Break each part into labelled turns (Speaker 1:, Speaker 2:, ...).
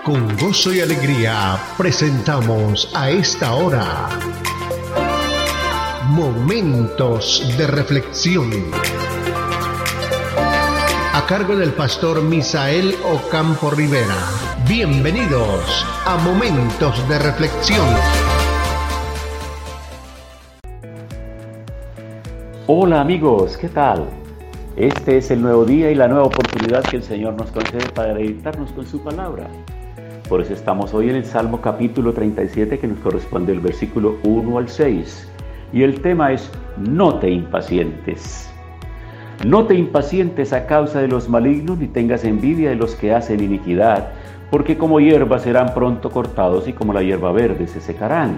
Speaker 1: Con gozo y alegría presentamos a esta hora Momentos de Reflexión, a cargo del pastor Misael Ocampo Rivera. Bienvenidos a Momentos de Reflexión.
Speaker 2: Hola amigos, ¿qué tal? Este es el nuevo día y la nueva oportunidad que el Señor nos concede para deleitarnos con su palabra. Por eso estamos hoy en el Salmo capítulo 37, que nos corresponde el versículo 1 al 6. Y el tema es: no te impacientes. No te impacientes a causa de los malignos, ni tengas envidia de los que hacen iniquidad, porque como hierba serán pronto cortados y como la hierba verde se secarán.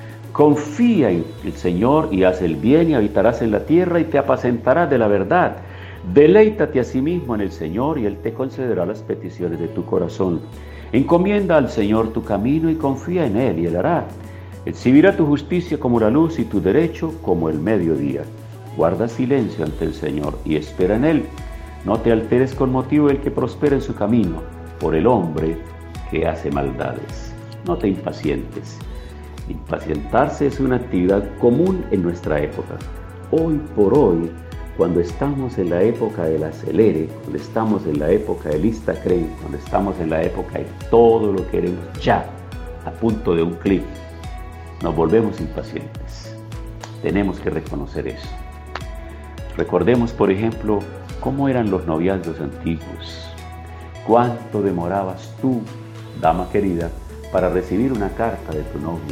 Speaker 2: Confía en el Señor y haz el bien, y habitarás en la tierra y te apacentarás de la verdad. Deleítate a sí mismo en el Señor y Él te concederá las peticiones de tu corazón. Encomienda al Señor tu camino y confía en Él, y Él hará. Exhibirá tu justicia como la luz y tu derecho como el mediodía. Guarda silencio ante el Señor y espera en Él. No te alteres con motivo del que prospera en su camino, por el hombre que hace maldades. No te impacientes. Impacientarse es una actividad común en nuestra época. Hoy por hoy, cuando estamos en la época del acelere, cuando estamos en la época del Instacredit, cuando estamos en la época de todo lo queremos ya, a punto de un clic, nos volvemos impacientes. Tenemos que reconocer eso. Recordemos, por ejemplo, cómo eran los noviazgos antiguos. ¿Cuánto demorabas tú, dama querida, para recibir una carta de tu novio?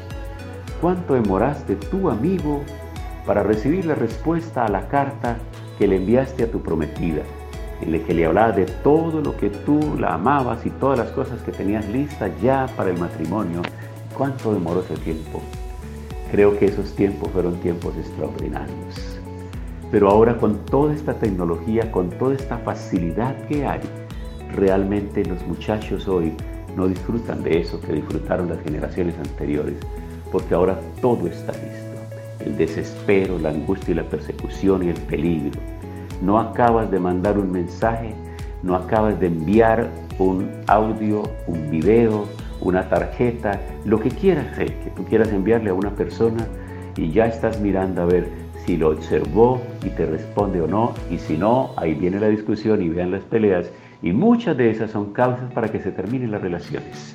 Speaker 2: ¿Cuánto demoraste tú, amigo, para recibir la respuesta a la carta que le enviaste a tu prometida, en la que le hablabas de todo lo que tú la amabas y todas las cosas que tenías listas ya para el matrimonio? ¿Cuánto demoró ese tiempo? Creo que esos tiempos fueron tiempos extraordinarios. Pero ahora, con toda esta tecnología, con toda esta facilidad que hay, realmente los muchachos hoy no disfrutan de eso que disfrutaron las generaciones anteriores, porque ahora todo está listo. El desespero, la angustia y la persecución y el peligro. No acabas de mandar un mensaje, no acabas de enviar un audio, un video, una tarjeta, lo que quieras que tú quieras enviarle a una persona, y ya estás mirando a ver si lo observó y te responde o no, y si no, ahí viene la discusión y vean las peleas, y muchas de esas son causas para que se terminen las relaciones.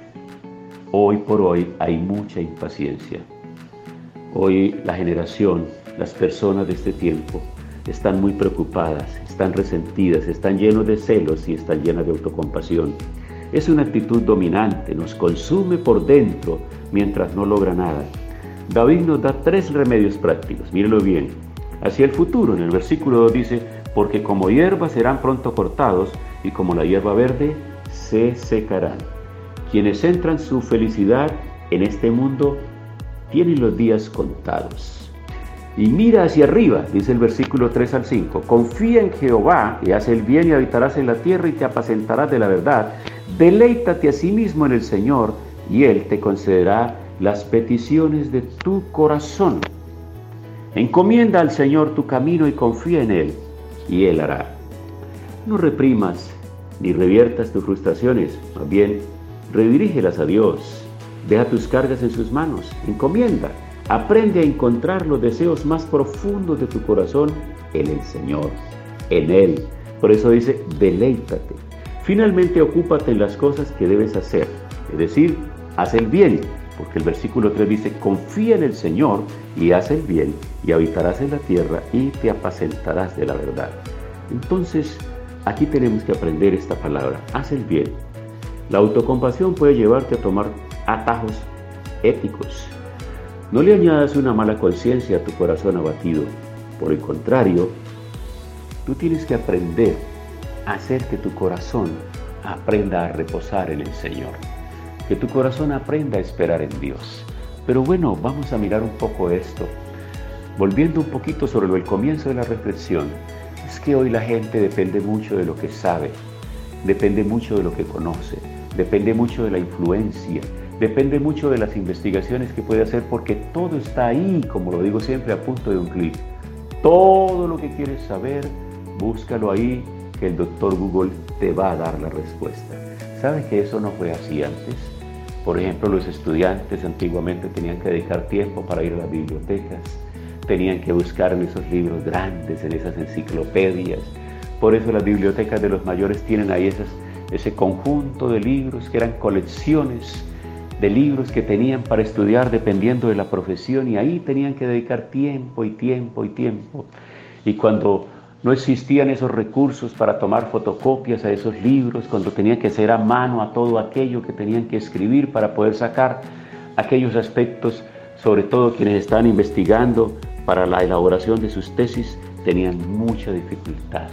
Speaker 2: Hoy por hoy hay mucha impaciencia. Hoy la generación, las personas de este tiempo, están muy preocupadas, están resentidas, están llenos de celos y están llenas de autocompasión. Es una actitud dominante, nos consume por dentro mientras no logra nada. David nos da 3 remedios prácticos, mírenlo bien. Hacia el futuro, en el versículo 2 dice: porque como hierba serán pronto cortados y como la hierba verde se secarán. Quienes centran su felicidad en este mundo tienen los días contados. Y mira hacia arriba, dice el versículo 3 al 5. Confía en Jehová y haz el bien y habitarás en la tierra y te apacentarás de la verdad. Deleítate a sí mismo en el Señor y Él te concederá las peticiones de tu corazón. Encomienda al Señor tu camino y confía en Él, y Él hará. No reprimas ni reviertas tus frustraciones, más bien redirígelas a Dios. Deja tus cargas en sus manos, encomienda. Aprende a encontrar los deseos más profundos de tu corazón en el Señor, en Él. Por eso dice: deleítate. Finalmente, ocúpate en las cosas que debes hacer, es decir, haz el bien, porque el versículo 3 dice: confía en el Señor y haz el bien, y habitarás en la tierra y te apacentarás de la verdad. Entonces, aquí tenemos que aprender esta palabra: haz el bien. La autocompasión puede llevarte a tomar atajos éticos. No le añadas una mala conciencia a tu corazón abatido. Por el contrario, tú tienes que aprender a hacer que tu corazón aprenda a reposar en el Señor, que tu corazón aprenda a esperar en Dios. Pero bueno, vamos a mirar un poco esto. Volviendo un poquito sobre el comienzo de la reflexión, es que hoy la gente depende mucho de lo que sabe, depende mucho de lo que conoce, depende mucho de la influencia, depende mucho de las investigaciones que puede hacer, porque todo está ahí, como lo digo siempre, a punto de un clic. Todo lo que quieres saber, búscalo ahí, que el doctor Google te va a dar la respuesta. ¿Sabe que eso no fue así antes? Por ejemplo, los estudiantes antiguamente tenían que dedicar tiempo para ir a las bibliotecas, tenían que buscar en esos libros grandes, en esas enciclopedias. Por eso las bibliotecas de los mayores tienen ahí ese conjunto de libros que eran colecciones de libros que tenían para estudiar dependiendo de la profesión, y ahí tenían que dedicar tiempo y tiempo y tiempo. Y cuando no existían esos recursos para tomar fotocopias a esos libros, cuando tenían que hacer a mano a todo aquello que tenían que escribir para poder sacar aquellos aspectos, sobre todo quienes estaban investigando para la elaboración de sus tesis, tenían mucha dificultad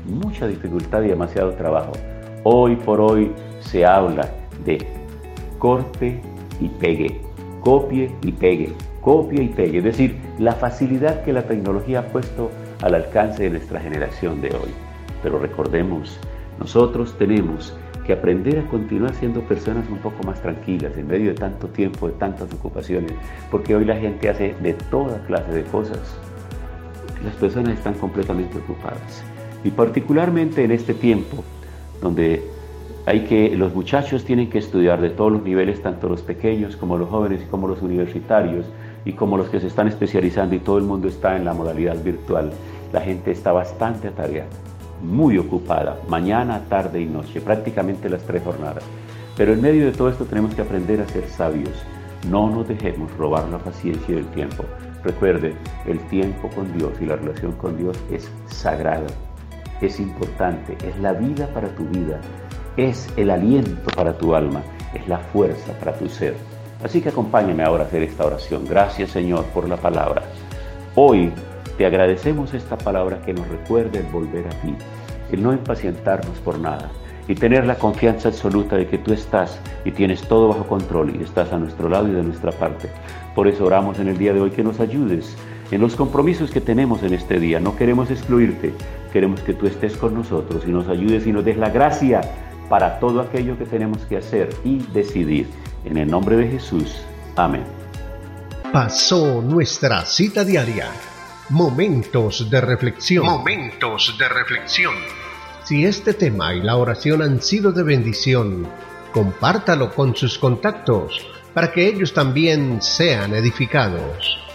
Speaker 2: y demasiado trabajo. Hoy por hoy se habla de corte y pegue, copie y pegue, copia y pegue, es decir, la facilidad que la tecnología ha puesto al alcance de nuestra generación de hoy. Pero recordemos, nosotros tenemos que aprender a continuar siendo personas un poco más tranquilas en medio de tanto tiempo, de tantas ocupaciones, porque hoy la gente hace de toda clase de cosas. Las personas están completamente ocupadas, y particularmente en este tiempo donde los muchachos tienen que estudiar de todos los niveles, tanto los pequeños como los jóvenes y como los universitarios y como los que se están especializando, y todo el mundo está en la modalidad virtual. La gente está bastante atareada, muy ocupada, mañana, tarde y noche, prácticamente las 3 jornadas. Pero en medio de todo esto tenemos que aprender a ser sabios. No nos dejemos robar la paciencia y el tiempo. Recuerde, el tiempo con Dios y la relación con Dios es sagrada, es importante, es la vida para tu vida, es el aliento para tu alma, es la fuerza para tu ser. Así que acompáñame ahora a hacer esta oración. Gracias, Señor, por la palabra. Hoy te agradecemos esta palabra que nos recuerda el volver a ti, el no impacientarnos por nada y tener la confianza absoluta de que tú estás y tienes todo bajo control y estás a nuestro lado y de nuestra parte. Por eso oramos en el día de hoy que nos ayudes en los compromisos que tenemos en este día. No queremos excluirte, queremos que tú estés con nosotros y nos ayudes y nos des la gracia para todo aquello que tenemos que hacer y decidir. En el nombre de Jesús. Amén.
Speaker 1: Pasó nuestra cita diaria. Momentos de reflexión.
Speaker 3: Momentos de reflexión.
Speaker 1: Si este tema y la oración han sido de bendición, compártalo con sus contactos para que ellos también sean edificados.